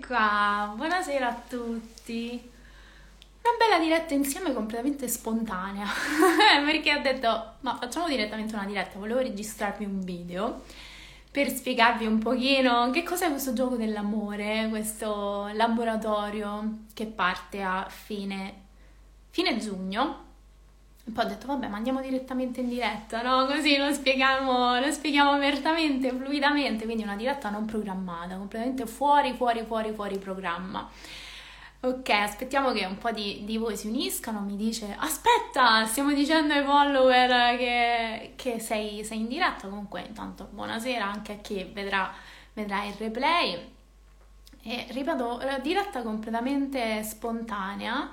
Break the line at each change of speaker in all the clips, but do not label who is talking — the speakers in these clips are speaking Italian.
qua, buonasera a tutti. Una bella diretta insieme completamente spontanea, perché ho detto, ma facciamo direttamente una diretta, volevo registrarvi un video per spiegarvi un pochino che cos'è questo gioco dell'amore, questo laboratorio che parte a fine giugno. E poi ho detto, vabbè, ma andiamo direttamente in diretta, no? Così lo spieghiamo apertamente, fluidamente, quindi una diretta non programmata, completamente fuori programma. Ok, aspettiamo che un po' di voi si uniscano, mi dice, aspetta, stiamo dicendo ai follower che sei in diretta, comunque intanto buonasera anche a chi vedrà il replay. E ripeto, diretta completamente spontanea,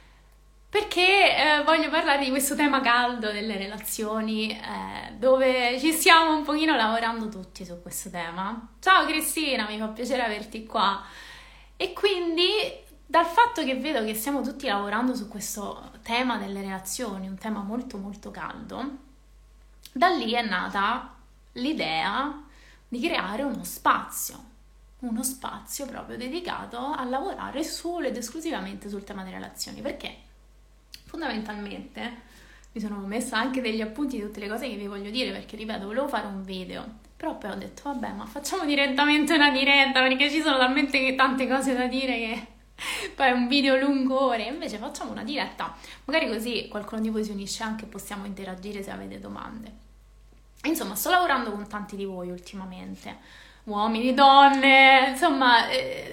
perché voglio parlare di questo tema caldo delle relazioni, dove ci stiamo un pochino lavorando tutti su questo tema. Ciao Cristina, mi fa piacere averti qua. E quindi, dal fatto che vedo che stiamo tutti lavorando su questo tema delle relazioni, un tema molto molto caldo, da lì è nata l'idea di creare uno spazio proprio dedicato a lavorare solo ed esclusivamente sul tema delle relazioni. Perché? Fondamentalmente mi sono messa anche degli appunti di tutte le cose che vi voglio dire, perché ripeto, volevo fare un video, però poi ho detto vabbè, ma facciamo direttamente una diretta, perché ci sono talmente tante cose da dire che poi è un video lungo ore. Invece facciamo una diretta, magari così qualcuno di voi si unisce anche e possiamo interagire se avete domande. Insomma, sto lavorando con tanti di voi ultimamente, uomini, donne, insomma,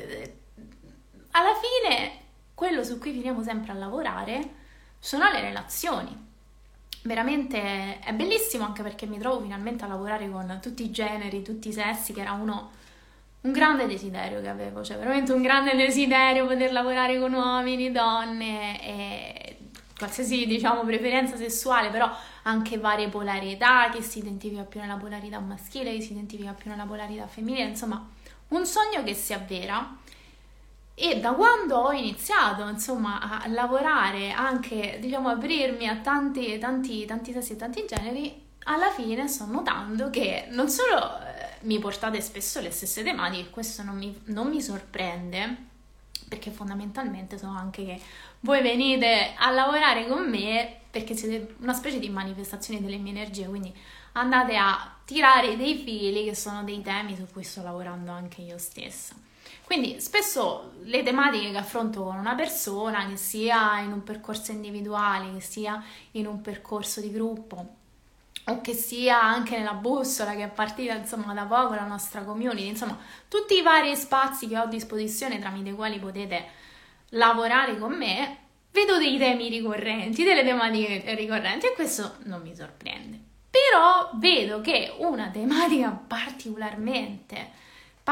alla fine quello su cui finiamo sempre a lavorare sono le relazioni. Veramente è bellissimo, anche perché mi trovo finalmente a lavorare con tutti i generi, tutti i sessi, che era un grande desiderio che avevo, cioè veramente un grande desiderio poter lavorare con uomini, donne e qualsiasi, diciamo, preferenza sessuale, però anche varie polarità, chi si identifica più nella polarità maschile, chi si identifica più nella polarità femminile, insomma un sogno che si avvera. E da quando ho iniziato, insomma, a lavorare, anche, diciamo, aprirmi a tanti sessi e tanti generi, alla fine sto notando che non solo mi portate spesso le stesse tematiche, questo non mi sorprende, perché fondamentalmente so anche che voi venite a lavorare con me perché siete una specie di manifestazione delle mie energie, quindi andate a tirare dei fili che sono dei temi su cui sto lavorando anche io stessa. Quindi spesso le tematiche che affronto con una persona, che sia in un percorso individuale, che sia in un percorso di gruppo, o che sia anche nella bussola che è partita, insomma, da poco, la nostra community, insomma tutti i vari spazi che ho a disposizione tramite i quali potete lavorare con me, vedo dei temi ricorrenti, delle tematiche ricorrenti, e questo non mi sorprende. Però vedo che una tematica particolarmente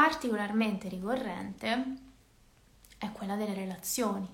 ricorrente è quella delle relazioni.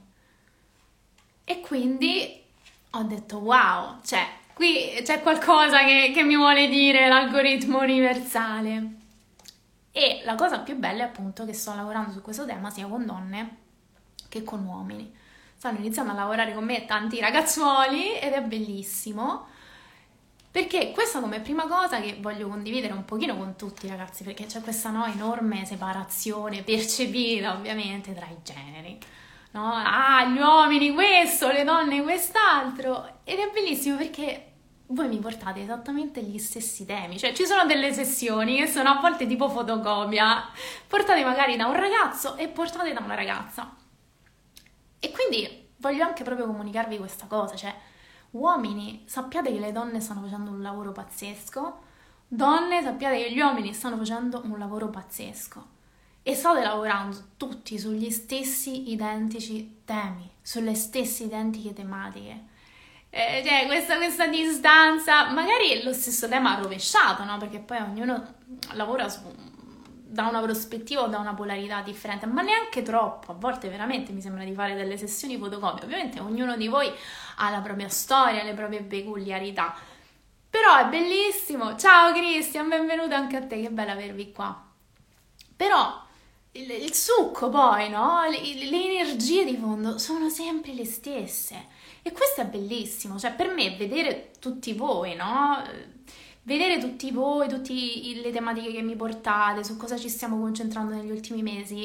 E quindi ho detto wow, cioè qui c'è qualcosa che mi vuole dire l'algoritmo universale. E la cosa più bella è appunto che sto lavorando su questo tema sia con donne che con uomini. Stanno iniziando a lavorare con me tanti ragazzuoli ed è bellissimo, perché questa come prima cosa che voglio condividere un pochino con tutti, ragazzi, perché c'è questa enorme separazione percepita ovviamente tra i generi, no? Ah, gli uomini questo, le donne quest'altro, ed è bellissimo perché voi mi portate esattamente gli stessi temi, cioè ci sono delle sessioni che sono a volte tipo fotocopia, portate magari da un ragazzo e portate da una ragazza, e quindi voglio anche proprio comunicarvi questa cosa, cioè uomini, sappiate che le donne stanno facendo un lavoro pazzesco, donne, sappiate che gli uomini stanno facendo un lavoro pazzesco, e state lavorando tutti sugli stessi identici temi, sulle stesse identiche tematiche. Cioè questa distanza, magari lo stesso tema rovesciato, no? Perché poi ognuno lavora da una prospettiva o da una polarità differente, ma neanche troppo. A volte veramente mi sembra di fare delle sessioni fotocopia. Ovviamente ognuno di voi ha la propria storia, le proprie peculiarità, però è bellissimo. Ciao Cristian, benvenuto anche a te, che bello avervi qua. Però il succo poi, no? Le energie di fondo sono sempre le stesse, e questo è bellissimo. Cioè per me vedere tutti voi, no? Vedere tutti voi, tutte le tematiche che mi portate, su cosa ci stiamo concentrando negli ultimi mesi,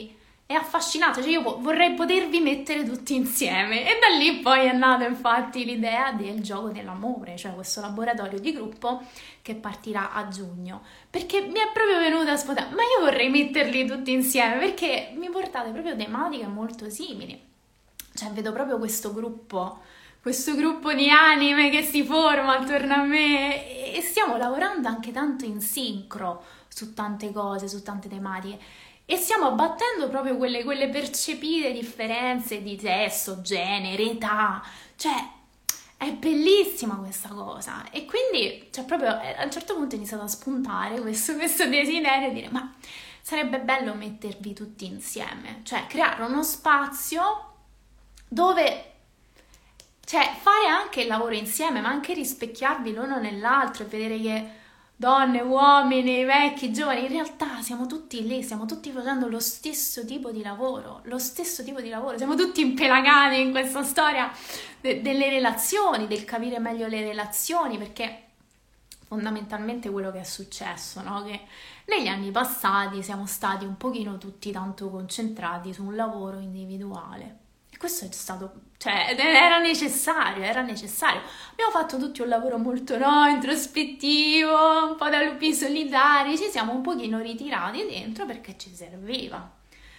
è affascinante, cioè io vorrei potervi mettere tutti insieme, e da lì poi è nata infatti l'idea del gioco dell'amore, cioè questo laboratorio di gruppo che partirà a giugno, perché mi è proprio venuta spontanea, ma io vorrei metterli tutti insieme, perché mi portate proprio tematiche molto simili, cioè vedo proprio questo gruppo di anime che si forma attorno a me, e stiamo lavorando anche tanto in sincro su tante cose, su tante tematiche, e stiamo abbattendo proprio quelle percepite differenze di sesso, genere, età, cioè è bellissima questa cosa, e quindi cioè, proprio a un certo punto è iniziato a spuntare questo desiderio di dire, ma sarebbe bello mettervi tutti insieme, cioè creare uno spazio dove, cioè, fare anche il lavoro insieme, ma anche rispecchiarvi l'uno nell'altro e vedere che donne, uomini, vecchi, giovani, in realtà siamo tutti lì, stiamo tutti facendo lo stesso tipo di lavoro, siamo tutti impelagati in questa storia delle relazioni, del capire meglio le relazioni, perché fondamentalmente quello che è successo, no? Che negli anni passati siamo stati un pochino tutti tanto concentrati su un lavoro individuale. Questo è stato, cioè, era necessario. Abbiamo fatto tutti un lavoro molto introspettivo, un po' da lupi solitari, ci siamo un pochino ritirati dentro perché ci serviva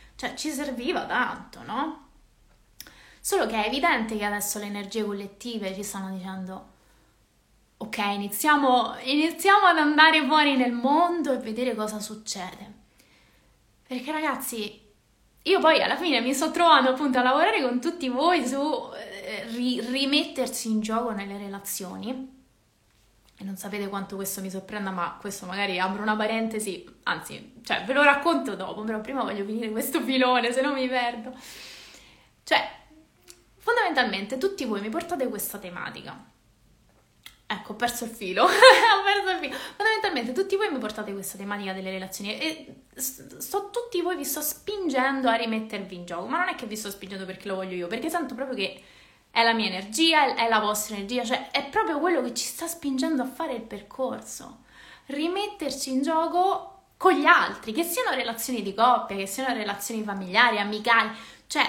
tanto, no? Solo che è evidente che adesso le energie collettive ci stanno dicendo, ok, iniziamo ad andare fuori nel mondo e vedere cosa succede. Perché ragazzi, io poi alla fine mi sto trovando appunto a lavorare con tutti voi su rimettersi in gioco nelle relazioni, e non sapete quanto questo mi sorprenda, ma questo magari apro una parentesi, anzi, cioè ve lo racconto dopo, però prima voglio finire questo filone, se no mi perdo. Cioè, fondamentalmente tutti voi mi portate questa tematica. Ecco, ho perso il filo. Fondamentalmente tutti voi mi portate questa tematica delle relazioni e tutti voi vi sto spingendo a rimettervi in gioco, ma non è che vi sto spingendo perché lo voglio io, perché sento proprio che è la mia energia, è la vostra energia, cioè è proprio quello che ci sta spingendo a fare il percorso. Rimetterci in gioco con gli altri, che siano relazioni di coppia, che siano relazioni familiari, amicali, cioè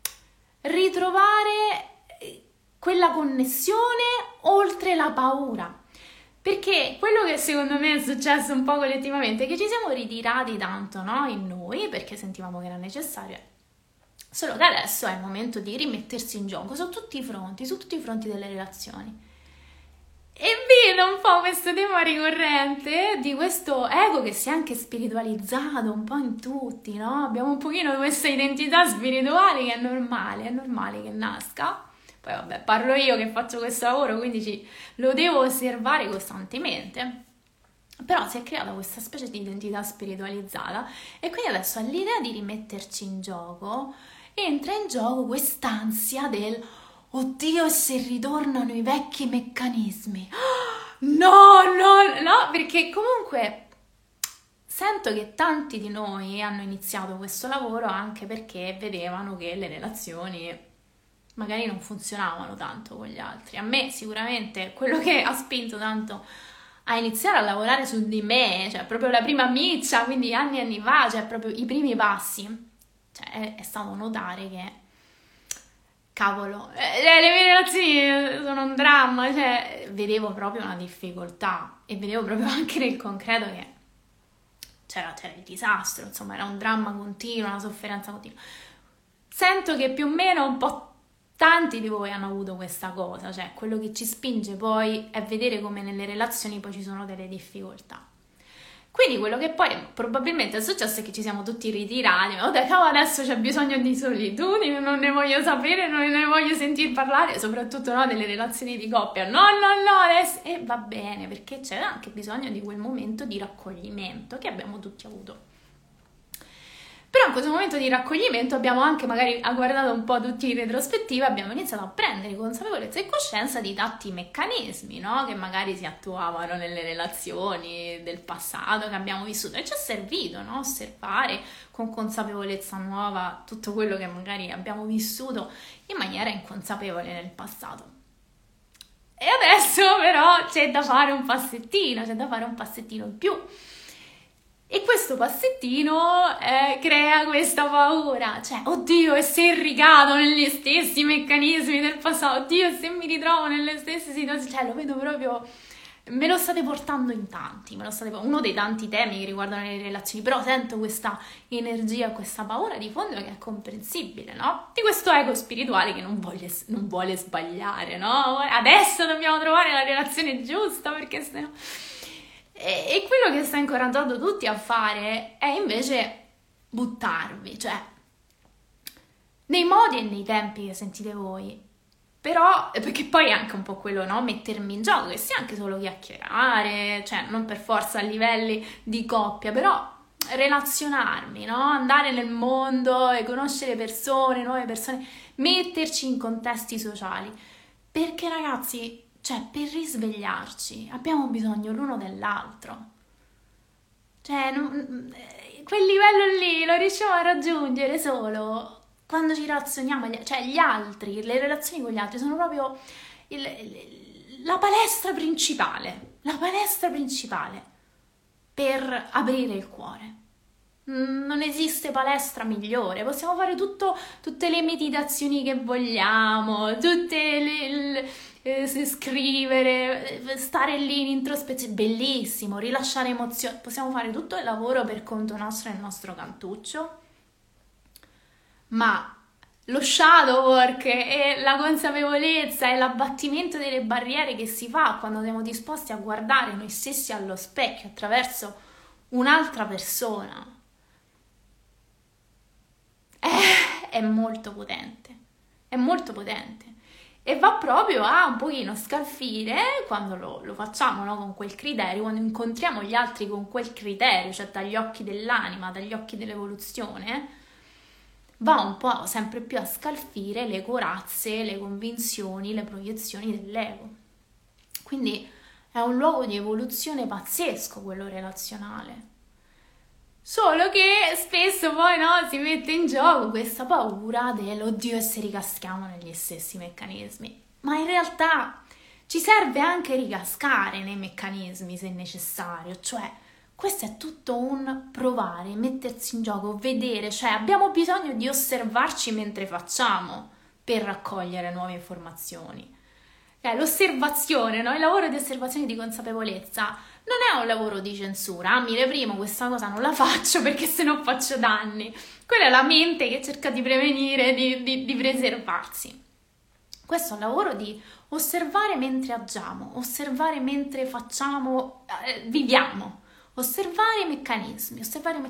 ritrovare quella connessione oltre la paura, perché quello che secondo me è successo un po' collettivamente è che ci siamo ritirati tanto, no? In noi, perché sentivamo che era necessario, solo che adesso è il momento di rimettersi in gioco su tutti i fronti delle relazioni. E vedo un po' questo tema ricorrente di questo ego che si è anche spiritualizzato un po' in tutti, no? Abbiamo un pochino questa identità spirituale che è normale che nasca. Poi vabbè, parlo io che faccio questo lavoro, quindi lo devo osservare costantemente. Però si è creata questa specie di identità spiritualizzata, e quindi adesso all'idea di rimetterci in gioco entra in gioco quest'ansia del oddio, e se ritornano i vecchi meccanismi? No, perché comunque sento che tanti di noi hanno iniziato questo lavoro anche perché vedevano che le relazioni magari non funzionavano tanto con gli altri. A me sicuramente quello che ha spinto tanto a iniziare a lavorare su di me, cioè proprio la prima miccia, quindi anni e anni fa, cioè proprio i primi passi, cioè è stato notare che cavolo, le mie relazioni sono un dramma, cioè vedevo proprio una difficoltà e vedevo proprio anche nel concreto che c'era il disastro, insomma era un dramma continuo, una sofferenza continua. Sento che più o meno un po' tanti di voi hanno avuto questa cosa, cioè quello che ci spinge poi è vedere come nelle relazioni poi ci sono delle difficoltà. Quindi quello che poi probabilmente è successo è che ci siamo tutti ritirati, ma cavolo, adesso c'è bisogno di solitudine, non ne voglio sapere, non ne voglio sentir parlare, soprattutto no, delle relazioni di coppia, no, adesso... E va bene, perché c'è anche bisogno di quel momento di raccoglimento che abbiamo tutti avuto. Però in questo momento di raccoglimento abbiamo anche magari guardato un po' tutti in retrospettiva, abbiamo iniziato a prendere consapevolezza e coscienza di tanti meccanismi, no? Che magari si attuavano nelle relazioni del passato che abbiamo vissuto, e ci è servito, no? Osservare con consapevolezza nuova tutto quello che magari abbiamo vissuto in maniera inconsapevole nel passato. E adesso però c'è da fare un passettino in più. E questo passettino crea questa paura, cioè, oddio, e se ricado negli stessi meccanismi del passato, oddio, e se mi ritrovo nelle stesse situazioni, cioè, lo vedo proprio, me lo state portando in tanti, uno dei tanti temi che riguardano le relazioni, però sento questa energia, questa paura di fondo che è comprensibile, no? Di questo ego spirituale che non vuole sbagliare, no? Adesso dobbiamo trovare la relazione giusta, perché sennò... E quello che sta incoraggiando tutti a fare è invece buttarvi, cioè nei modi e nei tempi che sentite voi, però, perché poi è anche un po' quello, no? Mettermi in gioco, che sia anche solo chiacchierare, cioè non per forza a livelli di coppia, però relazionarmi, no? Andare nel mondo e conoscere persone, nuove persone, metterci in contesti sociali, perché ragazzi... Cioè, per risvegliarci abbiamo bisogno l'uno dell'altro. Cioè, quel livello lì lo riusciamo a raggiungere solo quando ci relazioniamo. Cioè, gli altri, le relazioni con gli altri sono proprio la palestra principale. La palestra principale per aprire il cuore. Non esiste palestra migliore, possiamo fare tutte le meditazioni che vogliamo, scrivere, stare lì in introspezione, bellissimo, rilasciare emozioni, possiamo fare tutto il lavoro per conto nostro nel nostro cantuccio, ma lo shadow work e la consapevolezza e l'abbattimento delle barriere che si fa quando siamo disposti a guardare noi stessi allo specchio attraverso un'altra persona è molto potente, e va proprio a un pochino scalfire quando lo facciamo, no? Con quel criterio, quando incontriamo gli altri con quel criterio, cioè dagli occhi dell'anima, dagli occhi dell'evoluzione, va un po' sempre più a scalfire le corazze, le convinzioni, le proiezioni dell'ego. Quindi è un luogo di evoluzione pazzesco quello relazionale. Solo che spesso poi, no, si mette in gioco questa paura dell'oddio e se ricaschiamo negli stessi meccanismi. Ma in realtà ci serve anche ricascare nei meccanismi se necessario, cioè questo è tutto un provare, mettersi in gioco, vedere, cioè abbiamo bisogno di osservarci mentre facciamo per raccogliere nuove informazioni. L'osservazione, no? Il lavoro di osservazione e di consapevolezza non è un lavoro di censura, mi reprimo questa cosa, non la faccio perché se no faccio danni. Quella è la mente che cerca di prevenire, di preservarsi. Questo è un lavoro di osservare mentre agiamo, osservare mentre facciamo, viviamo, osservare i meccanismi,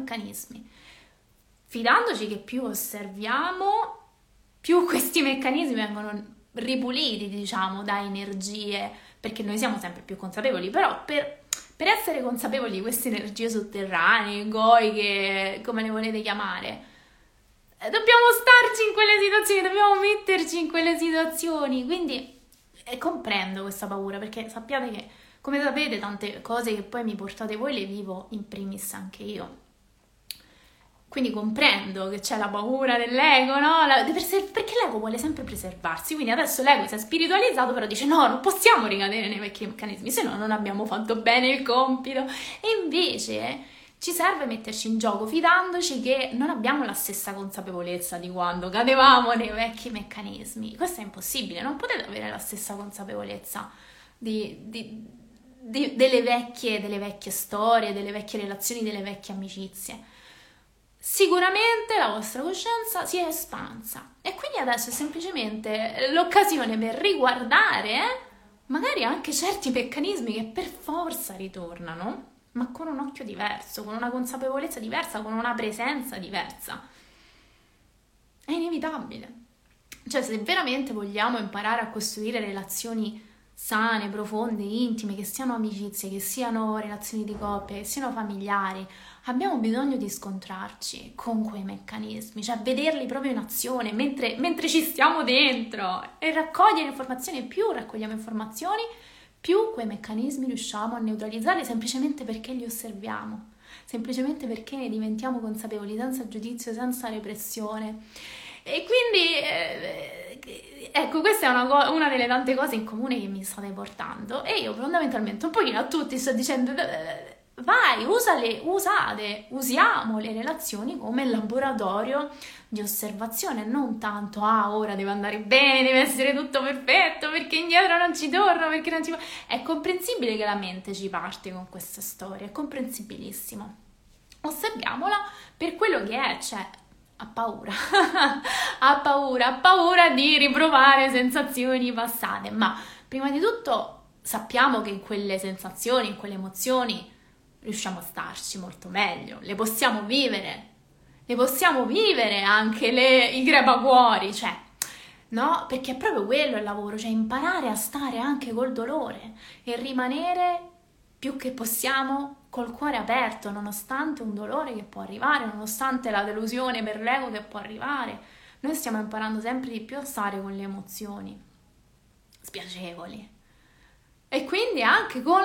fidandoci che più osserviamo, più questi meccanismi vengono ripuliti, diciamo, da energie, perché noi siamo sempre più consapevoli, però per essere consapevoli di queste energie sotterranee, egoiche, come le volete chiamare, dobbiamo starci in quelle situazioni, dobbiamo metterci in quelle situazioni, quindi comprendo questa paura, perché sappiate che, come sapete, tante cose che poi mi portate voi le vivo in primis anche io. Quindi comprendo che c'è la paura dell'ego, no? Perché l'ego vuole sempre preservarsi, quindi adesso l'ego si è spiritualizzato, però dice no, non possiamo ricadere nei vecchi meccanismi, se no non abbiamo fatto bene il compito. E invece ci serve metterci in gioco fidandoci che non abbiamo la stessa consapevolezza di quando cadevamo nei vecchi meccanismi. Questo è impossibile, non potete avere la stessa consapevolezza delle vecchie storie, delle vecchie relazioni, delle vecchie amicizie. Sicuramente la vostra coscienza si è espansa e quindi adesso è semplicemente l'occasione per riguardare magari anche certi meccanismi che per forza ritornano, ma con un occhio diverso, con una consapevolezza diversa, con una presenza diversa. È inevitabile. Cioè, se veramente vogliamo imparare a costruire relazioni sane, profonde, intime, che siano amicizie, che siano relazioni di coppia, che siano familiari, abbiamo bisogno di scontrarci con quei meccanismi, cioè vederli proprio in azione mentre ci stiamo dentro e raccogliere informazioni. Più raccogliamo informazioni, più quei meccanismi riusciamo a neutralizzarli semplicemente perché li osserviamo, semplicemente perché ne diventiamo consapevoli, senza giudizio, senza repressione. E quindi ecco, questa è una delle tante cose in comune che mi state portando, e io fondamentalmente un pochino a tutti sto dicendo vai, usiamo le relazioni come laboratorio di osservazione, non tanto, ora deve andare bene, deve essere tutto perfetto, perché indietro non ci torno, perché non ci... È comprensibile che la mente ci parte con questa storia, è comprensibilissimo. Osserviamola per quello che è, cioè ha paura, ha paura di riprovare sensazioni passate, ma prima di tutto sappiamo che in quelle sensazioni, in quelle emozioni riusciamo a starci molto meglio, le possiamo vivere anche i crepacuori, cioè, no? Perché è proprio quello il lavoro, cioè imparare a stare anche col dolore e rimanere più che possiamo col cuore aperto, nonostante un dolore che può arrivare, nonostante la delusione per l'ego che può arrivare. Noi stiamo imparando sempre di più a stare con le emozioni spiacevoli e quindi anche con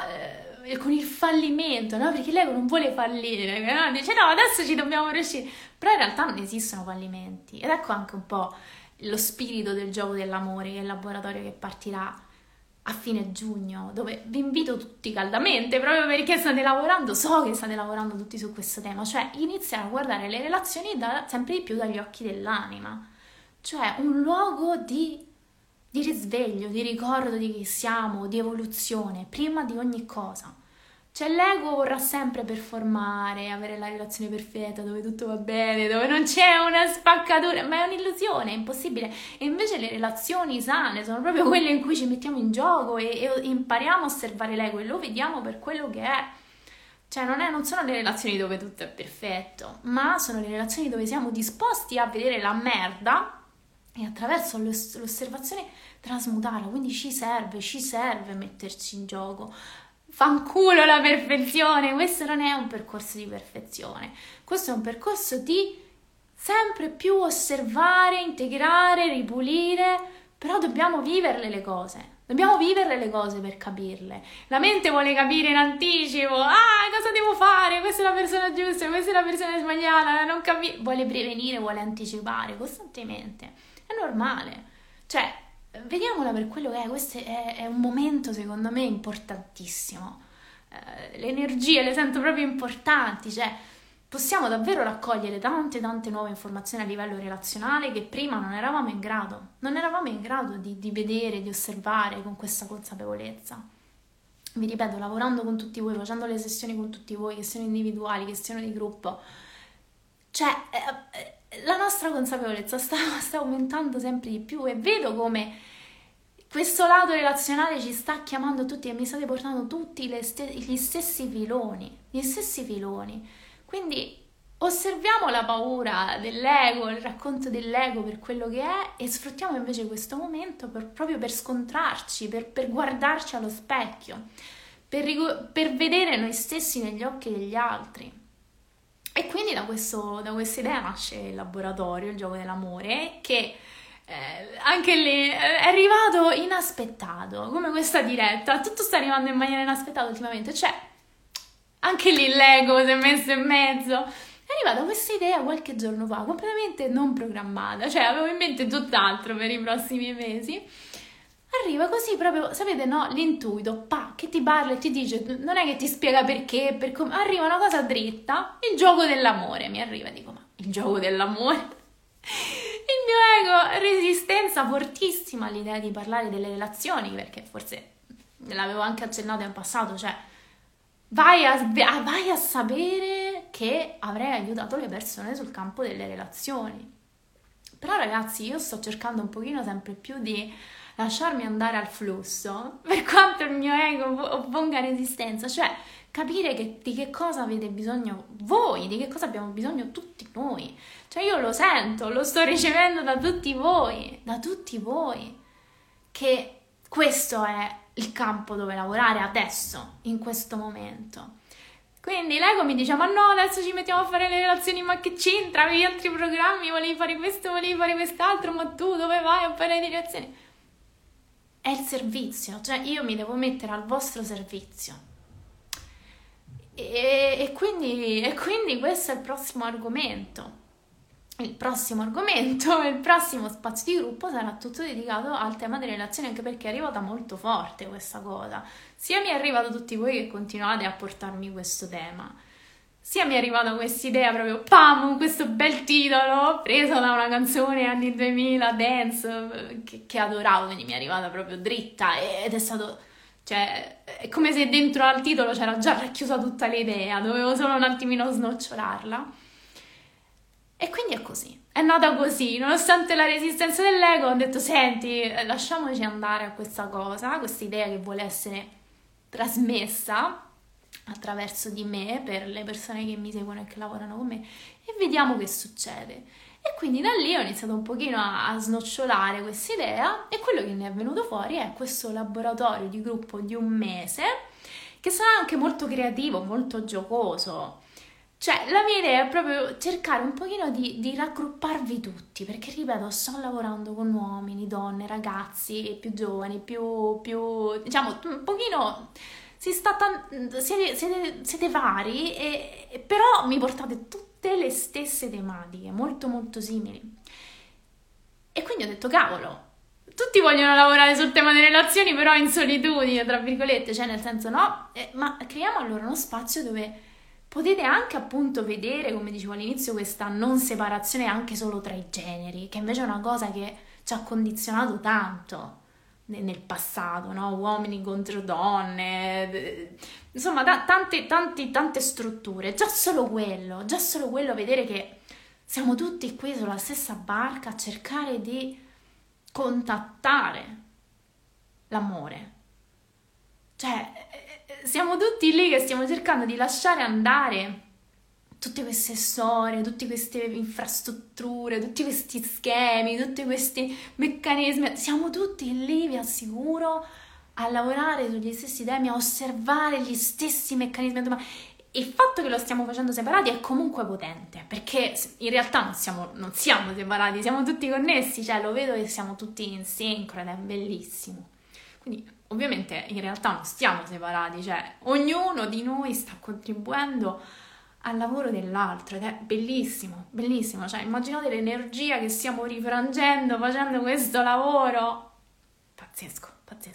il fallimento, no? Perché l'ego non vuole fallire, no? Dice no, adesso ci dobbiamo riuscire, però in realtà non esistono fallimenti ed ecco anche un po' lo spirito del gioco dell'amore, che è il laboratorio che partirà a fine giugno, dove vi invito tutti caldamente, proprio perché state lavorando, so che state lavorando tutti su questo tema, cioè iniziare a guardare le relazioni sempre di più dagli occhi dell'anima, cioè un luogo di risveglio, di ricordo di chi siamo, di evoluzione, prima di ogni cosa. Cioè l'ego vorrà sempre performare, avere la relazione perfetta, dove tutto va bene, dove non c'è una spaccatura, ma è un'illusione, è impossibile. E invece le relazioni sane sono proprio quelle in cui ci mettiamo in gioco e impariamo a osservare l'ego e lo vediamo per quello che è. Cioè non sono le relazioni dove tutto è perfetto, ma sono le relazioni dove siamo disposti a vedere la merda e attraverso l'osservazione trasmutarla, quindi ci serve metterci in gioco. Fanculo la perfezione, questo non è un percorso di perfezione, questo è un percorso di sempre più osservare, integrare, ripulire, però dobbiamo viverle le cose. Dobbiamo viverle le cose per capirle. La mente vuole capire in anticipo. Cosa devo fare? Questa è la persona giusta, questa è la persona sbagliata. Non vuole prevenire, vuole anticipare costantemente. È normale. Cioè, vediamola per quello che è. Questo è un momento, secondo me, importantissimo. Le energie le sento proprio importanti. Cioè, possiamo davvero raccogliere tante nuove informazioni a livello relazionale che prima non eravamo in grado. Non eravamo in grado di vedere, di osservare con questa consapevolezza. Vi ripeto, lavorando con tutti voi, facendo le sessioni con tutti voi, che siano individuali, che siano di gruppo, cioè la nostra consapevolezza sta aumentando sempre di più e vedo come questo lato relazionale ci sta chiamando tutti e mi state portando tutti gli stessi filoni. Quindi osserviamo la paura dell'ego, il racconto dell'ego per quello che è e sfruttiamo invece questo momento proprio per scontrarci, per guardarci allo specchio, per vedere noi stessi negli occhi degli altri. E quindi da questa idea nasce il laboratorio, il gioco dell'amore, che anche lì è arrivato inaspettato, come questa diretta, tutto sta arrivando in maniera inaspettata ultimamente, cioè anche lì l'ego si è messo in mezzo. È arrivata questa idea qualche giorno fa, completamente non programmata, cioè avevo in mente tutt'altro per i prossimi mesi. Arriva così proprio, sapete, no? L'intuito, che ti parla e ti dice, non è che ti spiega perché, arriva una cosa dritta, il gioco dell'amore, mi arriva, dico, ma il gioco dell'amore? Il mio ego, resistenza fortissima all'idea di parlare delle relazioni, perché forse l'avevo anche accennato in passato, cioè vai a sapere che avrei aiutato le persone sul campo delle relazioni. Però ragazzi, io sto cercando un pochino sempre più di lasciarmi andare al flusso, per quanto il mio ego opponga resistenza, cioè capire di che cosa avete bisogno voi, di che cosa abbiamo bisogno tutti noi. Cioè io lo sento, lo sto ricevendo da tutti voi, che questo è il campo dove lavorare adesso, in questo momento. Quindi l'ego mi dice, ma no, adesso ci mettiamo a fare le relazioni, ma che c'entra? Avevi altri programmi, volevi fare questo, volevi fare quest'altro, ma tu dove vai a fare le relazioni? È il servizio, cioè io mi devo mettere al vostro servizio. E quindi questo è il prossimo argomento. il prossimo argomento, il prossimo spazio di gruppo sarà tutto dedicato al tema delle relazioni, anche perché è arrivata molto forte questa cosa. Sia mi è arrivato tutti voi che continuate a portarmi questo tema, sia mi è arrivata questa idea proprio, pam, con questo bel titolo, preso da una canzone anni 2000, Dance, che adoravo, quindi mi è arrivata proprio dritta ed è stato... Cioè, è come se dentro al titolo c'era già racchiusa tutta l'idea, dovevo solo un attimino snocciolarla. E quindi è così, è nata così, nonostante la resistenza dell'ego, ho detto, senti, lasciamoci andare a questa cosa, questa idea che vuole essere trasmessa attraverso di me per le persone che mi seguono e che lavorano con me, e vediamo che succede. E quindi da lì ho iniziato un pochino a snocciolare questa idea, e quello che ne è venuto fuori è questo laboratorio di gruppo di un mese, che sarà anche molto creativo, molto giocoso. Cioè, la mia idea è proprio cercare un pochino di raggrupparvi tutti, perché ripeto, sto lavorando con uomini, donne, ragazzi, più giovani, più diciamo, un pochino... siete vari, però mi portate tutte le stesse tematiche, molto molto simili. E quindi ho detto, cavolo, tutti vogliono lavorare sul tema delle relazioni, però in solitudine, tra virgolette, cioè nel senso no, ma creiamo allora uno spazio dove potete anche appunto vedere, come dicevo all'inizio, questa non separazione anche solo tra i generi, che invece è una cosa che ci ha condizionato tanto nel passato, no? Uomini contro donne, insomma tante strutture. Già solo quello, vedere che siamo tutti qui sulla stessa barca a cercare di contattare l'amore. Cioè, siamo tutti lì che stiamo cercando di lasciare andare tutte queste storie, tutte queste infrastrutture, tutti questi schemi, tutti questi meccanismi. Siamo tutti lì, vi assicuro, a lavorare sugli stessi temi, a osservare gli stessi meccanismi. Ma il fatto che lo stiamo facendo separati è comunque potente, perché in realtà non siamo separati, siamo tutti connessi, cioè lo vedo che siamo tutti in sincro ed è bellissimo. Quindi ovviamente in realtà non stiamo separati, cioè ognuno di noi sta contribuendo al lavoro dell'altro ed è bellissimo, bellissimo. Cioè immaginate l'energia che stiamo rifrangendo facendo questo lavoro, pazzesco.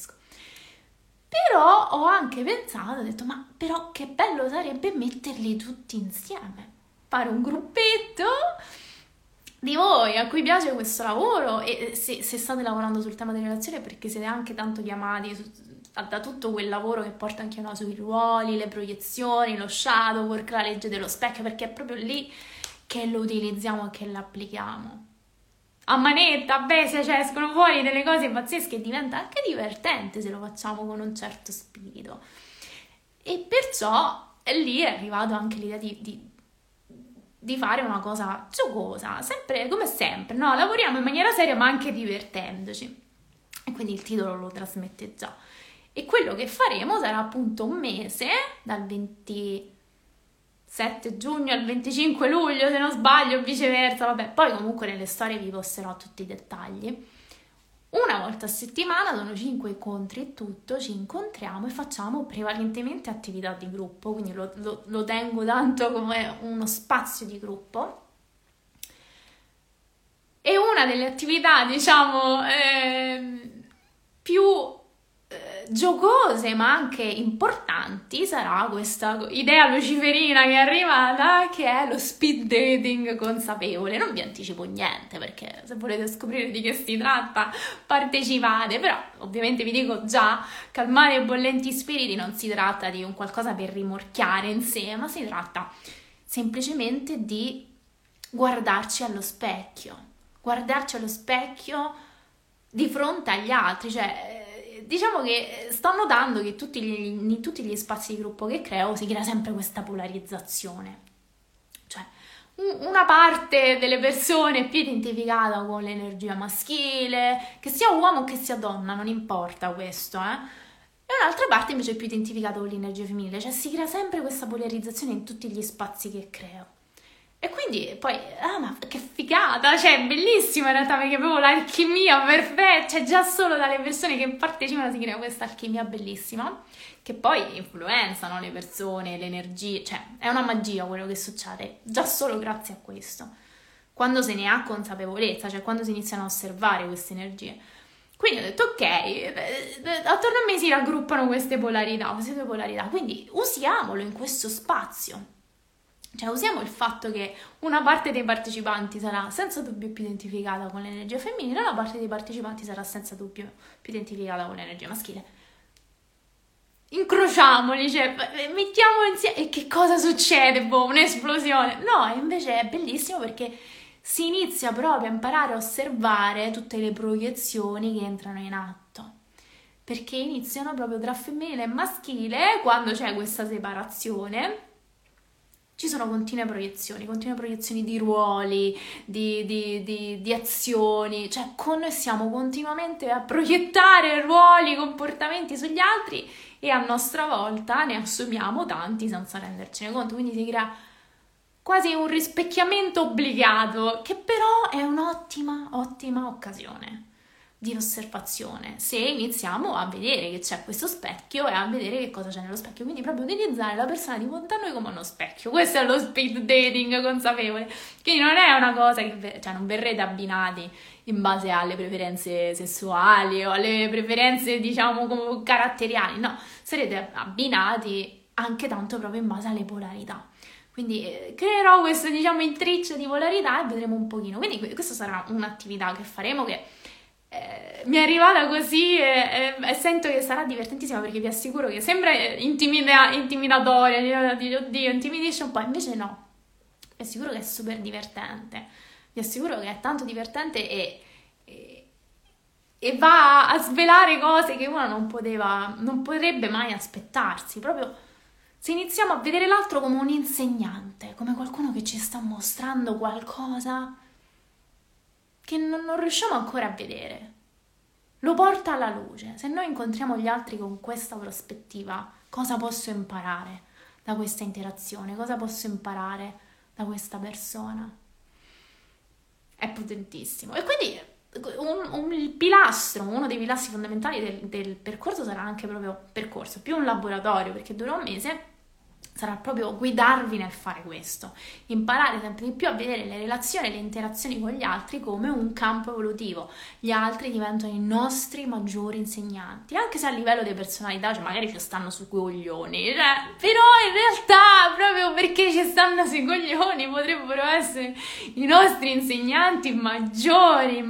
Però ho anche pensato, ho detto, ma però che bello sarebbe metterli tutti insieme, fare un gruppetto di voi a cui piace questo lavoro, e se state lavorando sul tema delle relazioni è perché siete anche tanto chiamati da tutto quel lavoro che porta anche sui ruoli, le proiezioni, lo shadow work, la legge dello specchio, perché è proprio lì che lo utilizziamo e che l'applichiamo a manetta, se cioè escono fuori delle cose pazzesche e diventa anche divertente se lo facciamo con un certo spirito. E perciò lì è arrivato anche l'idea di fare una cosa giocosa, sempre come sempre, no? Lavoriamo in maniera seria ma anche divertendoci, e quindi il titolo lo trasmette già. E quello che faremo sarà appunto un mese, dal 27 giugno al 25 luglio, se non sbaglio, o viceversa, vabbè, poi comunque nelle storie vi posterò tutti i dettagli. Una volta a settimana, sono 5 incontri e tutto, ci incontriamo e facciamo prevalentemente attività di gruppo, quindi lo tengo tanto come uno spazio di gruppo. E una delle attività, diciamo, più giocose ma anche importanti sarà questa idea luciferina che è arrivata, che è lo speed dating consapevole. Non vi anticipo niente, perché se volete scoprire di che si tratta partecipate, però ovviamente vi dico già, calmare i bollenti spiriti, non si tratta di un qualcosa per rimorchiare in sé, ma si tratta semplicemente di guardarci allo specchio di fronte agli altri. Cioè, diciamo che sto notando che in tutti gli spazi di gruppo che creo si crea sempre questa polarizzazione. Cioè, una parte delle persone è più identificata con l'energia maschile, che sia uomo o che sia donna, non importa questo, e un'altra parte invece è più identificata con l'energia femminile. Cioè, si crea sempre questa polarizzazione in tutti gli spazi che creo. E quindi poi, ma che figata, cioè è bellissimo in realtà, perché proprio l'alchimia perfetta, cioè già solo dalle persone che partecipano si crea questa alchimia bellissima, che poi influenzano le persone, le energie, cioè è una magia quello che succede, già solo grazie a questo. quando se ne ha consapevolezza, cioè quando si iniziano a osservare queste energie. Quindi ho detto ok, attorno a me si raggruppano queste polarità, queste due polarità, quindi usiamolo in questo spazio. Cioè usiamo il fatto che una parte dei partecipanti sarà senza dubbio più identificata con l'energia femminile e una parte dei partecipanti sarà senza dubbio più identificata con l'energia maschile. Incrociamoli, cioè mettiamo insieme e che cosa succede? Boh, un'esplosione. No, invece è bellissimo perché si inizia proprio a imparare a osservare tutte le proiezioni che entrano in atto. Perché iniziano proprio tra femminile e maschile, quando c'è questa separazione, ci sono continue proiezioni di ruoli, di azioni, cioè noi siamo continuamente a proiettare ruoli, comportamenti sugli altri e a nostra volta ne assumiamo tanti senza rendercene conto, quindi si crea quasi un rispecchiamento obbligato, che però è un'ottima occasione di osservazione, se iniziamo a vedere che c'è questo specchio e a vedere che cosa c'è nello specchio, quindi proprio utilizzare la persona di fronte a noi come uno specchio. Questo è lo speed dating consapevole, quindi non è una cosa che, cioè non verrete abbinati in base alle preferenze sessuali o alle preferenze diciamo caratteriali, no, sarete abbinati anche tanto proprio in base alle polarità. Quindi creerò questo diciamo intreccio di polarità e vedremo un pochino, quindi questa sarà un'attività che faremo che mi è arrivata così e sento che sarà divertentissima, perché vi assicuro che sembra intimidatoria, dico, oddio, intimidisce un po', invece no, vi assicuro che è super divertente, vi assicuro che è tanto divertente e va a svelare cose che uno non potrebbe mai aspettarsi, proprio se iniziamo a vedere l'altro come un insegnante, come qualcuno che ci sta mostrando qualcosa che non riusciamo ancora a vedere, lo porta alla luce. Se noi incontriamo gli altri con questa prospettiva, cosa posso imparare da questa interazione? Cosa posso imparare da questa persona? È potentissimo. E quindi il pilastro, uno dei pilastri fondamentali del percorso sarà anche proprio percorso, più un laboratorio, perché dura un mese, sarà proprio guidarvi nel fare questo, imparare sempre di più a vedere le relazioni e le interazioni con gli altri come un campo evolutivo. Gli altri diventano i nostri maggiori insegnanti, anche se a livello di personalità, cioè magari ci stanno sui coglioni, però in realtà proprio perché ci stanno sui coglioni potrebbero essere i nostri insegnanti maggiori.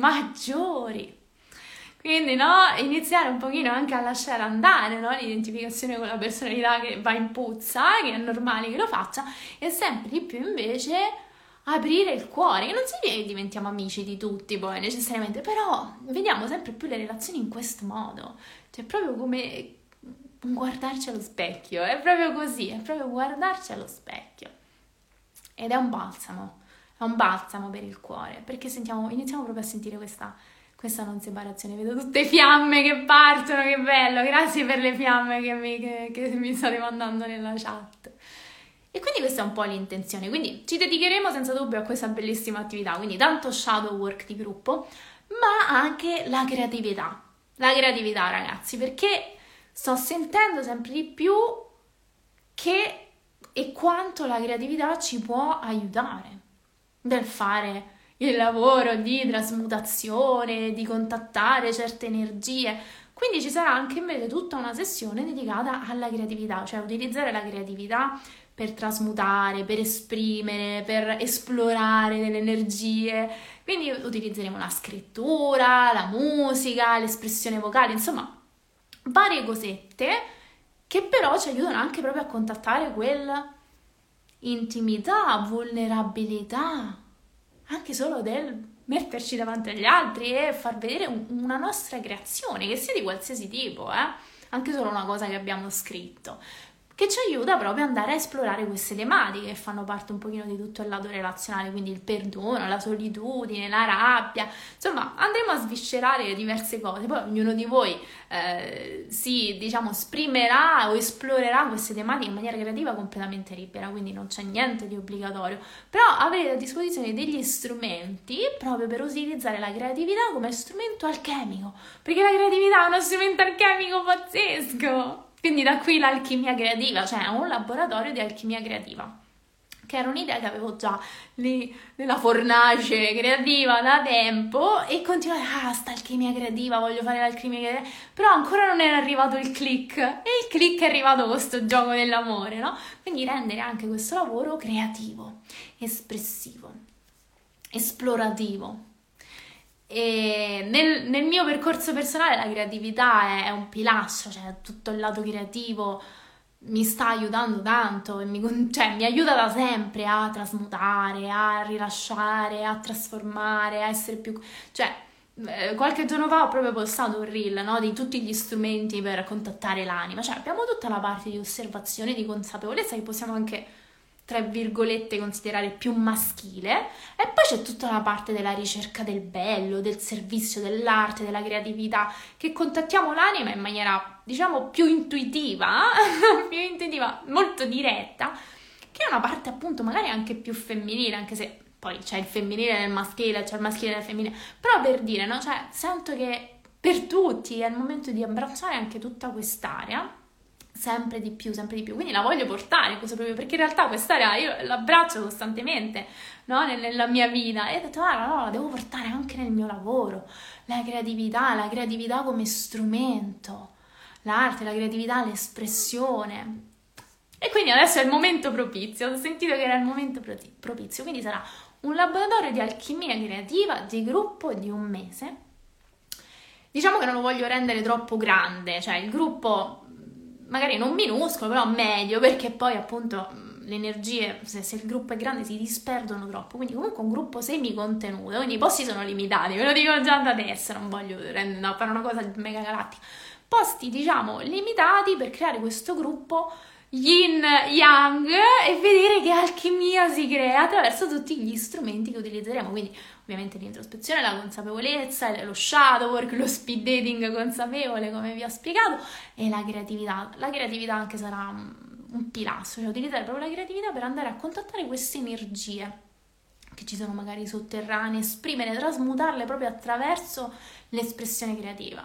Quindi, no, iniziare un pochino anche a lasciare andare, no, l'identificazione con la personalità che va in puzza, che è normale che lo faccia, e sempre di più invece aprire il cuore, che non significa che diventiamo amici di tutti poi necessariamente, però vediamo sempre più le relazioni in questo modo, cioè proprio come guardarci allo specchio, è proprio così, è proprio guardarci allo specchio, ed è un balsamo per il cuore, perché iniziamo proprio a sentire questa non separazione. Vedo tutte fiamme che partono, che bello, grazie per le fiamme che mi state mandando nella chat. E quindi questa è un po' l'intenzione, quindi ci dedicheremo senza dubbio a questa bellissima attività, quindi tanto shadow work di gruppo, ma anche la creatività ragazzi, perché sto sentendo sempre di più che e quanto la creatività ci può aiutare nel fare il lavoro di trasmutazione, di contattare certe energie. Quindi ci sarà anche invece tutta una sessione dedicata alla creatività, cioè utilizzare la creatività per trasmutare, per esprimere, per esplorare delle energie. Quindi utilizzeremo la scrittura, la musica, l'espressione vocale, insomma varie cosette che però ci aiutano anche proprio a contattare quella intimità, vulnerabilità, anche solo del metterci davanti agli altri e far vedere una nostra creazione, che sia di qualsiasi tipo, anche solo una cosa che abbiamo scritto, che ci aiuta proprio ad andare a esplorare queste tematiche che fanno parte un pochino di tutto il lato relazionale, quindi il perdono, la solitudine, la rabbia, insomma andremo a sviscerare diverse cose, poi ognuno di voi esprimerà o esplorerà queste tematiche in maniera creativa completamente libera, quindi non c'è niente di obbligatorio, però avrete a disposizione degli strumenti proprio per utilizzare la creatività come strumento alchemico, perché la creatività è uno strumento alchemico pazzesco. Quindi da qui l'alchimia creativa, cioè un laboratorio di alchimia creativa che era un'idea che avevo già lì nella fornace creativa da tempo e continuavo, sta alchimia creativa, voglio fare l'alchimia creativa, però ancora non era arrivato il click e il click è arrivato con questo gioco dell'amore, no? Quindi rendere anche questo lavoro creativo, espressivo, esplorativo. E nel mio percorso personale la creatività è un pilastro, cioè tutto il lato creativo mi sta aiutando tanto e mi aiuta da sempre a trasmutare, a rilasciare, a trasformare, a essere più... qualche giorno fa ho proprio postato un reel, no, di tutti gli strumenti per contattare l'anima, cioè abbiamo tutta la parte di osservazione, di consapevolezza che possiamo anche, tra virgolette, considerare più maschile, e poi c'è tutta la parte della ricerca del bello, del servizio, dell'arte, della creatività, che contattiamo l'anima in maniera, diciamo, più intuitiva, molto diretta, che è una parte appunto magari anche più femminile, anche se poi c'è il femminile nel maschile, c'è il maschile nel femminile, però per dire, no? Cioè, sento che per tutti è il momento di abbracciare anche tutta quest'area, sempre di più, quindi la voglio portare questo proprio, perché in realtà quest'area io l'abbraccio costantemente, no? Nella mia vita, e ho detto, no, la devo portare anche nel mio lavoro, la creatività come strumento, l'arte, la creatività, l'espressione. E quindi adesso è il momento propizio, ho sentito che era il momento propizio, quindi sarà un laboratorio di alchimia creativa di gruppo di un mese. Diciamo che non lo voglio rendere troppo grande, cioè il gruppo magari non minuscolo, però medio, perché poi appunto le energie, se il gruppo è grande, si disperdono troppo, quindi comunque un gruppo semi-contenuto, quindi i posti sono limitati, ve lo dico già da adesso, non voglio fare una cosa mega galattica. Posti, diciamo, limitati per creare questo gruppo yin-yang e vedere che alchimia si crea attraverso tutti gli strumenti che utilizzeremo, quindi ovviamente l'introspezione, la consapevolezza, lo shadow work, lo speed dating consapevole, come vi ho spiegato, e la creatività. La creatività anche sarà un pilastro, cioè utilizzare proprio la creatività per andare a contattare queste energie che ci sono magari sotterranee, esprimere, trasmutarle proprio attraverso l'espressione creativa.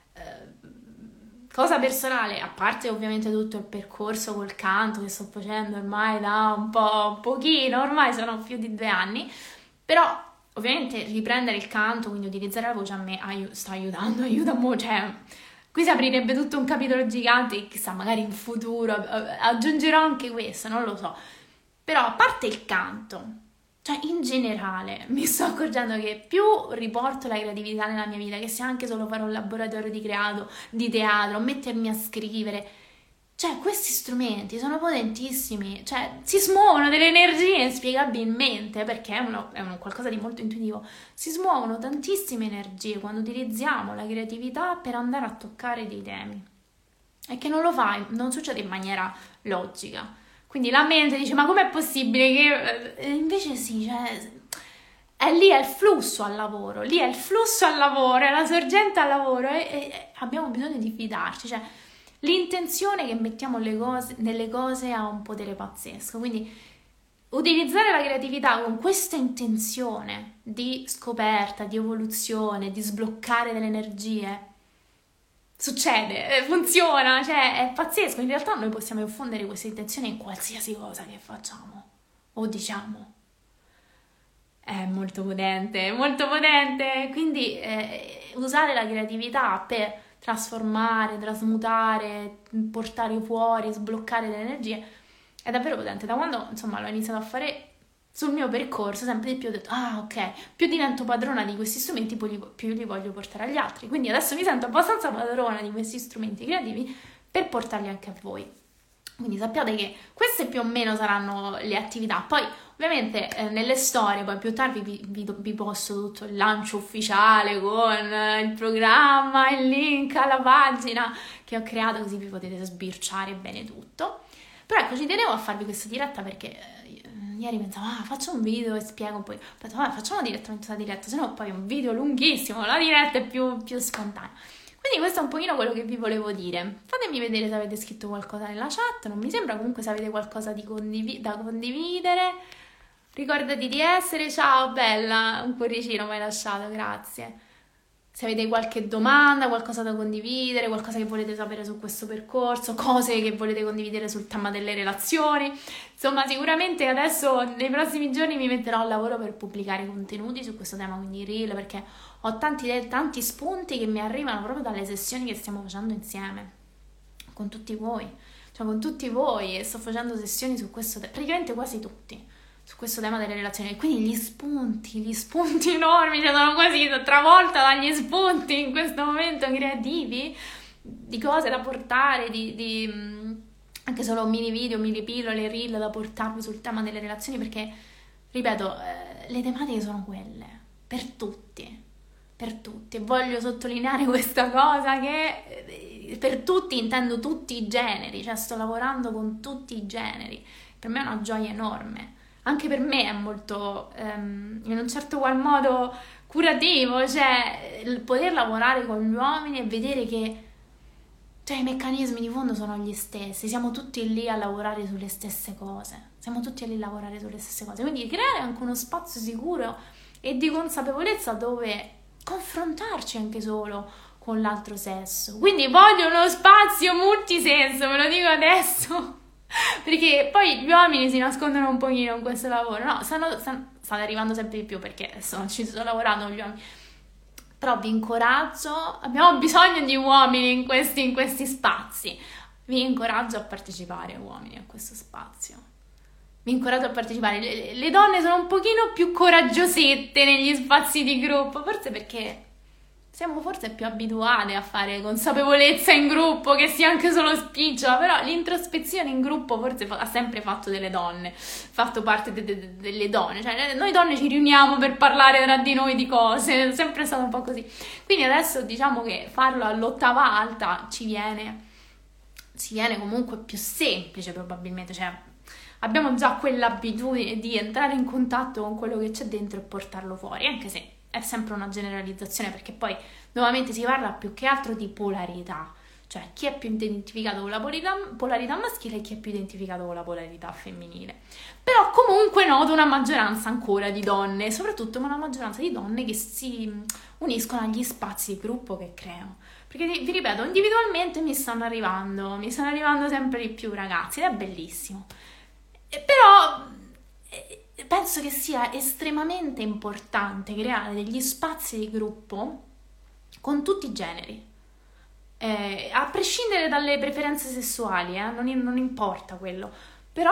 Cosa personale, a parte ovviamente tutto il percorso col canto che sto facendo ormai da un pochino, ormai sono più di 2 anni, però ovviamente riprendere il canto, quindi utilizzare la voce, a me sta aiutando, aiuta molto, cioè qui si aprirebbe tutto un capitolo gigante, chissà, magari in futuro aggiungerò anche questo, non lo so, però a parte il canto, cioè in generale mi sto accorgendo che più riporto la creatività nella mia vita, che sia anche solo fare un laboratorio di teatro, mettermi a scrivere, cioè questi strumenti sono potentissimi, cioè si smuovono delle energie inspiegabilmente, perché è un qualcosa di molto intuitivo, si smuovono tantissime energie quando utilizziamo la creatività per andare a toccare dei temi, e che non succede in maniera logica. Quindi la mente dice, ma com'è possibile che... invece sì, cioè... Lì è il flusso al lavoro, è la sorgente al lavoro, e abbiamo bisogno di fidarci, cioè l'intenzione che mettiamo nelle cose ha un potere pazzesco, quindi utilizzare la creatività con questa intenzione di scoperta, di evoluzione, di sbloccare delle energie, succede, funziona, cioè è pazzesco. In realtà noi possiamo infondere questa intenzione in qualsiasi cosa che facciamo o diciamo. È molto potente, quindi usare la creatività per trasformare, trasmutare, portare fuori, sbloccare le energie è davvero potente. Da quando insomma l'ho iniziato a fare sul mio percorso, sempre di più ho detto, ok, più divento padrona di questi strumenti, più li voglio portare agli altri. Quindi adesso mi sento abbastanza padrona di questi strumenti creativi per portarli anche a voi. Quindi sappiate che queste più o meno saranno le attività. Poi ovviamente nelle storie, poi più tardi vi posto tutto il lancio ufficiale con il programma, il link alla pagina che ho creato, così vi potete sbirciare bene tutto. Però ecco, ci tenevo a farvi questa diretta perché ieri pensavo, faccio un video e spiego, poi ho detto, facciamo direttamente la diretta, se no poi un video lunghissimo, la diretta è più spontanea. Quindi questo è un pochino quello che vi volevo dire. Fatemi vedere se avete scritto qualcosa nella chat, non mi sembra, comunque se avete qualcosa da condividere. Ricordati di essere, ciao bella, un cuoricino mi hai lasciato, grazie. se avete qualche domanda, qualcosa da condividere, qualcosa che volete sapere su questo percorso, cose che volete condividere sul tema delle relazioni. Insomma, sicuramente adesso nei prossimi giorni mi metterò al lavoro per pubblicare contenuti su questo tema, quindi reel, perché ho tanti spunti che mi arrivano proprio dalle sessioni che stiamo facendo insieme con tutti voi. Cioè con tutti voi, e sto facendo sessioni su questo, praticamente quasi tutti, su questo tema delle relazioni, e quindi gli spunti enormi, cioè sono quasi travolta dagli spunti in questo momento creativi, di cose da portare, anche solo mini video, mini pillole, reel da portarvi sul tema delle relazioni, perché, ripeto, le tematiche sono quelle, per tutti, e voglio sottolineare questa cosa che per tutti intendo tutti i generi, cioè sto lavorando con tutti i generi, per me è una gioia enorme. Anche per me è molto, in un certo qual modo, curativo, cioè il poter lavorare con gli uomini e vedere che, cioè, i meccanismi di fondo sono gli stessi, siamo tutti lì a lavorare sulle stesse cose, quindi creare anche uno spazio sicuro e di consapevolezza dove confrontarci anche solo con l'altro sesso. Quindi voglio uno spazio multisenso, ve lo dico adesso. Perché poi gli uomini si nascondono un pochino in questo lavoro, no? Stanno arrivando sempre di più, perché adesso ci sto lavorando con gli uomini, però vi incoraggio, abbiamo bisogno di uomini in questi spazi, vi incoraggio a partecipare, uomini, a questo spazio, vi incoraggio a partecipare. Le donne sono un pochino più coraggiosette negli spazi di gruppo, forse perché siamo forse più abituate a fare consapevolezza in gruppo, che sia anche solo spicciola, però l'introspezione in gruppo forse ha sempre fatto delle donne, fatto parte delle donne, cioè noi donne ci riuniamo per parlare tra di noi di cose, è sempre stato un po' così. Quindi adesso diciamo che farlo all'ottava alta ci viene comunque più semplice probabilmente, cioè abbiamo già quell'abitudine di entrare in contatto con quello che c'è dentro e portarlo fuori, anche se è sempre una generalizzazione, perché poi nuovamente si parla più che altro di polarità, cioè chi è più identificato con la polarità maschile e chi è più identificato con la polarità femminile. Però comunque noto una maggioranza ancora di donne, soprattutto una maggioranza di donne che si uniscono agli spazi di gruppo che creo, perché vi ripeto, individualmente mi stanno arrivando sempre di più ragazzi, ed è bellissimo. Però penso che sia estremamente importante creare degli spazi di gruppo con tutti i generi, a prescindere dalle preferenze sessuali, non importa quello, però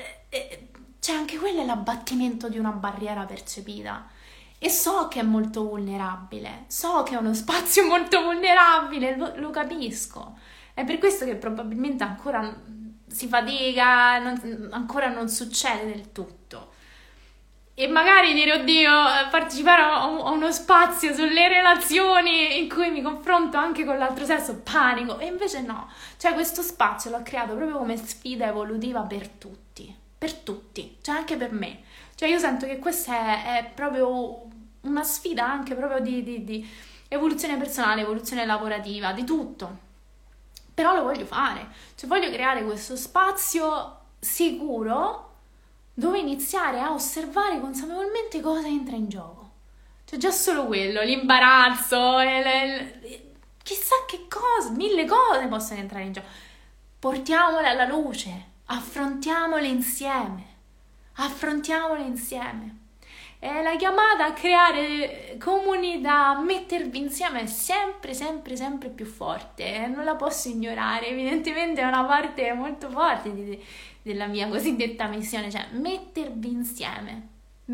c'è anche quello, è l'abbattimento di una barriera percepita, e so che è molto vulnerabile, so che è uno spazio molto vulnerabile, lo capisco, è per questo che probabilmente ancora si fatica, ancora non succede del tutto. E magari dire, oddio, partecipare a uno spazio sulle relazioni in cui mi confronto anche con l'altro sesso, panico. E invece no, cioè questo spazio l'ho creato proprio come sfida evolutiva per tutti, cioè anche per me. Cioè io sento che questa è proprio una sfida anche proprio di evoluzione personale, evoluzione lavorativa, di tutto. Però lo voglio fare, cioè voglio creare questo spazio sicuro dove iniziare a osservare consapevolmente cosa entra in gioco. Cioè già solo quello, l'imbarazzo, chissà che cosa, 1000 cose possono entrare in gioco. Portiamole alla luce, affrontiamole insieme. È la chiamata a creare comunità, a mettervi insieme è sempre più forte, non la posso ignorare, evidentemente è una parte molto forte della mia cosiddetta missione, cioè mettervi insieme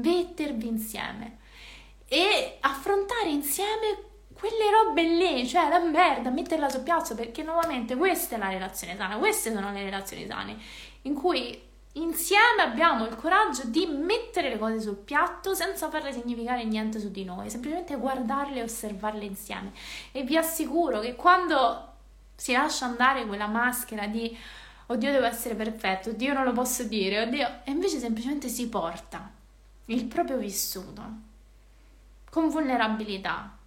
e affrontare insieme quelle robe lì, cioè la merda, metterla sul piatto, perché nuovamente questa è la relazione sana, queste sono le relazioni sane, in cui insieme abbiamo il coraggio di mettere le cose sul piatto senza farle significare niente su di noi, semplicemente guardarle e osservarle insieme. E vi assicuro che quando si lascia andare quella maschera di oddio devo essere perfetto, oddio non lo posso dire, oddio, e invece semplicemente si porta il proprio vissuto con vulnerabilità,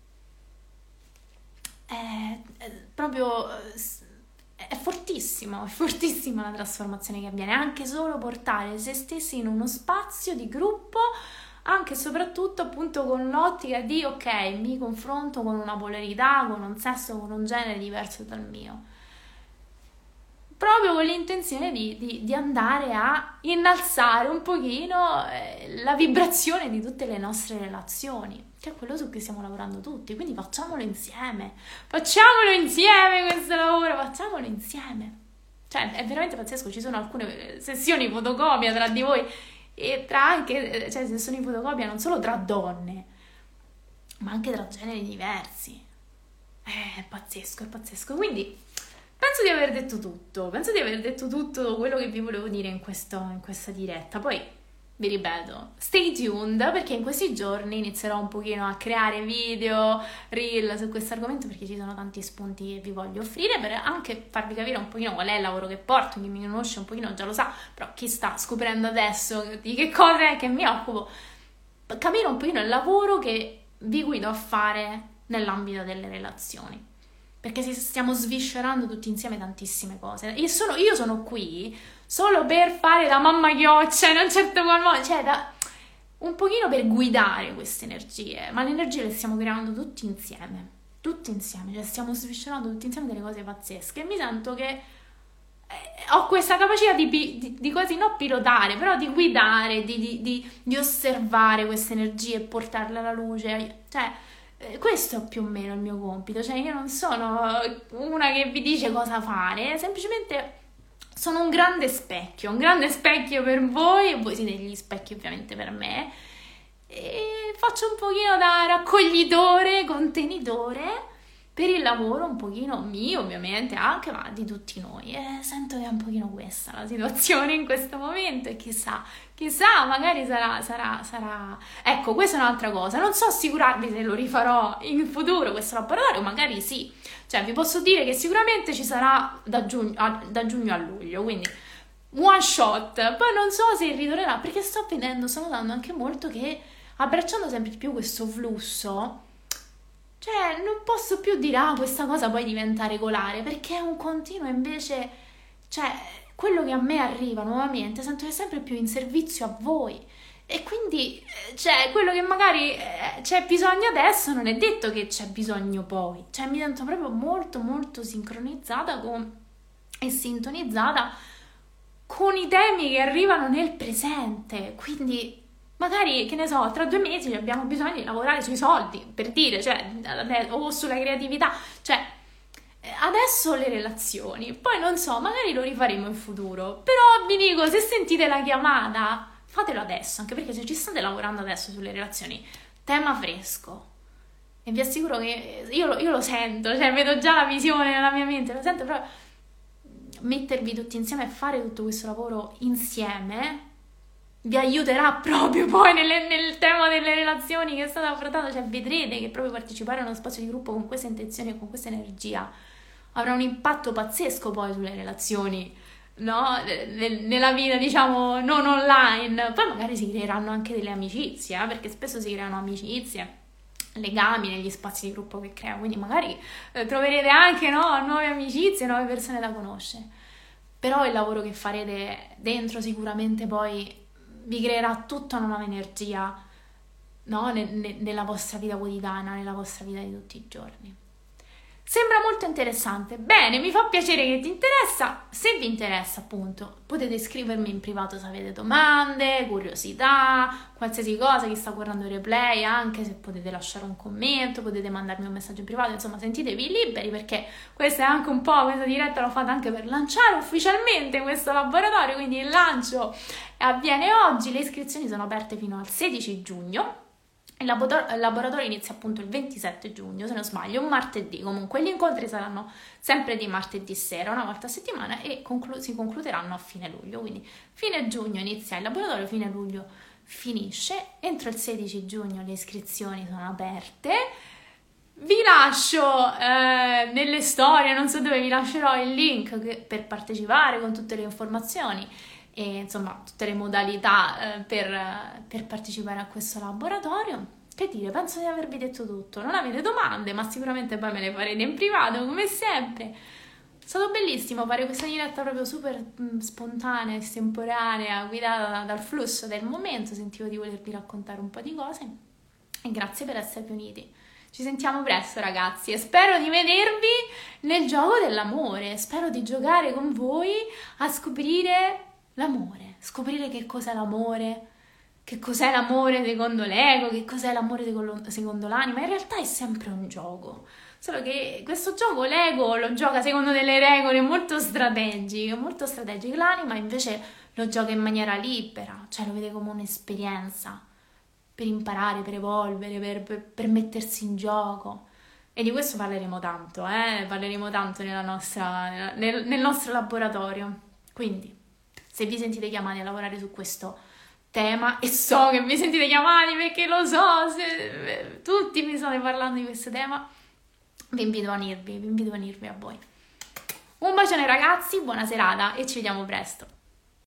è proprio... È fortissima la trasformazione che avviene, anche solo portare se stessi in uno spazio di gruppo anche e soprattutto appunto con l'ottica di ok, mi confronto con una polarità, con un sesso, con un genere diverso dal mio, proprio con l'intenzione di andare a innalzare un pochino la vibrazione di tutte le nostre relazioni, che è quello su cui stiamo lavorando tutti. Quindi facciamolo insieme questo lavoro, facciamolo insieme. Cioè è veramente pazzesco, ci sono alcune sessioni fotocopia tra di voi e tra anche, cioè sessioni fotocopia non solo tra donne, ma anche tra generi diversi. È pazzesco. Quindi penso di aver detto tutto quello che vi volevo dire in questa diretta. Poi vi ripeto, stay tuned, perché in questi giorni inizierò un pochino a creare video, reel su questo argomento, perché ci sono tanti spunti che vi voglio offrire, per anche farvi capire un pochino qual è il lavoro che porto. Chi mi conosce un pochino già lo sa, però chi sta scoprendo adesso di che cosa è che mi occupo, capire un pochino il lavoro che vi guido a fare nell'ambito delle relazioni, perché stiamo sviscerando tutti insieme tantissime cose. Io sono qui solo per fare da mamma chioccia in un certo qual modo, cioè un pochino per guidare queste energie, ma le energie le stiamo creando tutti insieme, cioè stiamo sviscerando tutti insieme delle cose pazzesche, e mi sento che ho questa capacità di quasi non pilotare, però di guidare, di osservare queste energie e portarle alla luce, cioè questo è più o meno il mio compito. Cioè io non sono una che vi dice cosa fare, semplicemente sono un grande specchio per voi, e voi siete degli specchi ovviamente per me, e faccio un pochino da raccoglitore, contenitore per il lavoro un pochino mio ovviamente anche, ma di tutti noi, e sento che è un pochino questa la situazione in questo momento, e chissà, magari sarà... Ecco, questa è un'altra cosa, non so assicurarvi se lo rifarò in futuro questo laboratorio, magari sì, cioè vi posso dire che sicuramente ci sarà da giugno a luglio, quindi one shot. Poi non so se ritornerà, perché sto notando anche molto che, abbracciando sempre di più questo flusso, cioè non posso più dire questa cosa poi diventa regolare, perché è un continuo, invece, cioè quello che a me arriva nuovamente sento che è sempre più in servizio a voi, e quindi cioè quello che magari c'è bisogno adesso non è detto che c'è bisogno poi, cioè mi sento proprio molto molto sincronizzata e sintonizzata con i temi che arrivano nel presente. Quindi magari, che ne so, tra 2 mesi abbiamo bisogno di lavorare sui soldi, per dire, cioè, o sulla creatività, cioè, adesso le relazioni, poi non so, magari lo rifaremo in futuro, però vi dico, se sentite la chiamata, fatelo adesso, anche perché se ci state lavorando adesso sulle relazioni, tema fresco, e vi assicuro che io lo sento, cioè, vedo già la visione nella mia mente, lo sento proprio, mettervi tutti insieme e fare tutto questo lavoro insieme vi aiuterà proprio poi nel tema delle relazioni che è stato affrontato. Cioè vedrete che proprio partecipare a uno spazio di gruppo con questa intenzione e con questa energia avrà un impatto pazzesco poi sulle relazioni, no? Nella vita, diciamo, non online. Poi magari si creeranno anche delle amicizie, perché spesso si creano amicizie, legami negli spazi di gruppo che creo, quindi magari troverete anche, no, nuove amicizie, nuove persone da conoscere. Però il lavoro che farete dentro sicuramente poi vi creerà tutta una nuova energia, no? Nella vostra vita quotidiana, nella vostra vita di tutti i giorni. Sembra molto interessante. Bene, mi fa piacere che ti interessa. Se vi interessa, appunto, potete scrivermi in privato se avete domande, curiosità, qualsiasi cosa. Chi sta guardando il replay, anche se potete lasciare un commento, potete mandarmi un messaggio in privato, insomma, sentitevi liberi, perché questa è anche un po', questa diretta l'ho fatta anche per lanciare ufficialmente questo laboratorio, quindi il lancio avviene oggi, le iscrizioni sono aperte fino al 16 giugno. Il laboratorio inizia appunto il 27 giugno, se non sbaglio, un martedì. Comunque gli incontri saranno sempre di martedì sera, una volta a settimana, e si concluderanno a fine luglio. Quindi fine giugno inizia il laboratorio, fine luglio finisce. Entro il 16 giugno le iscrizioni sono aperte. Vi lascio nelle storie, non so dove, vi lascerò il link per partecipare con tutte le informazioni e insomma tutte le modalità per partecipare a questo laboratorio. Che dire, penso di avervi detto tutto. Non avete domande, ma sicuramente poi me le farete in privato come sempre. stato bellissimo fare questa diretta proprio super spontanea, estemporanea, guidata dal flusso del momento. Sentivo di volervi raccontare un po' di cose e grazie per esservi uniti. Ci sentiamo presto ragazzi e spero di vedervi nel gioco dell'amore, spero di giocare con voi a scoprire l'amore, scoprire che cos'è l'amore secondo l'ego, che cos'è l'amore secondo l'anima. In realtà è sempre un gioco, solo che questo gioco l'ego lo gioca secondo delle regole molto strategiche, l'anima invece lo gioca in maniera libera, cioè lo vede come un'esperienza per imparare, per evolvere, per mettersi in gioco. E di questo parleremo tanto, nel nostro laboratorio. Quindi, se vi sentite chiamati a lavorare su questo tema, e so che vi sentite chiamati perché lo so, tutti mi state parlando di questo tema, vi invito a unirvi a voi. Un bacione ragazzi, buona serata e ci vediamo presto.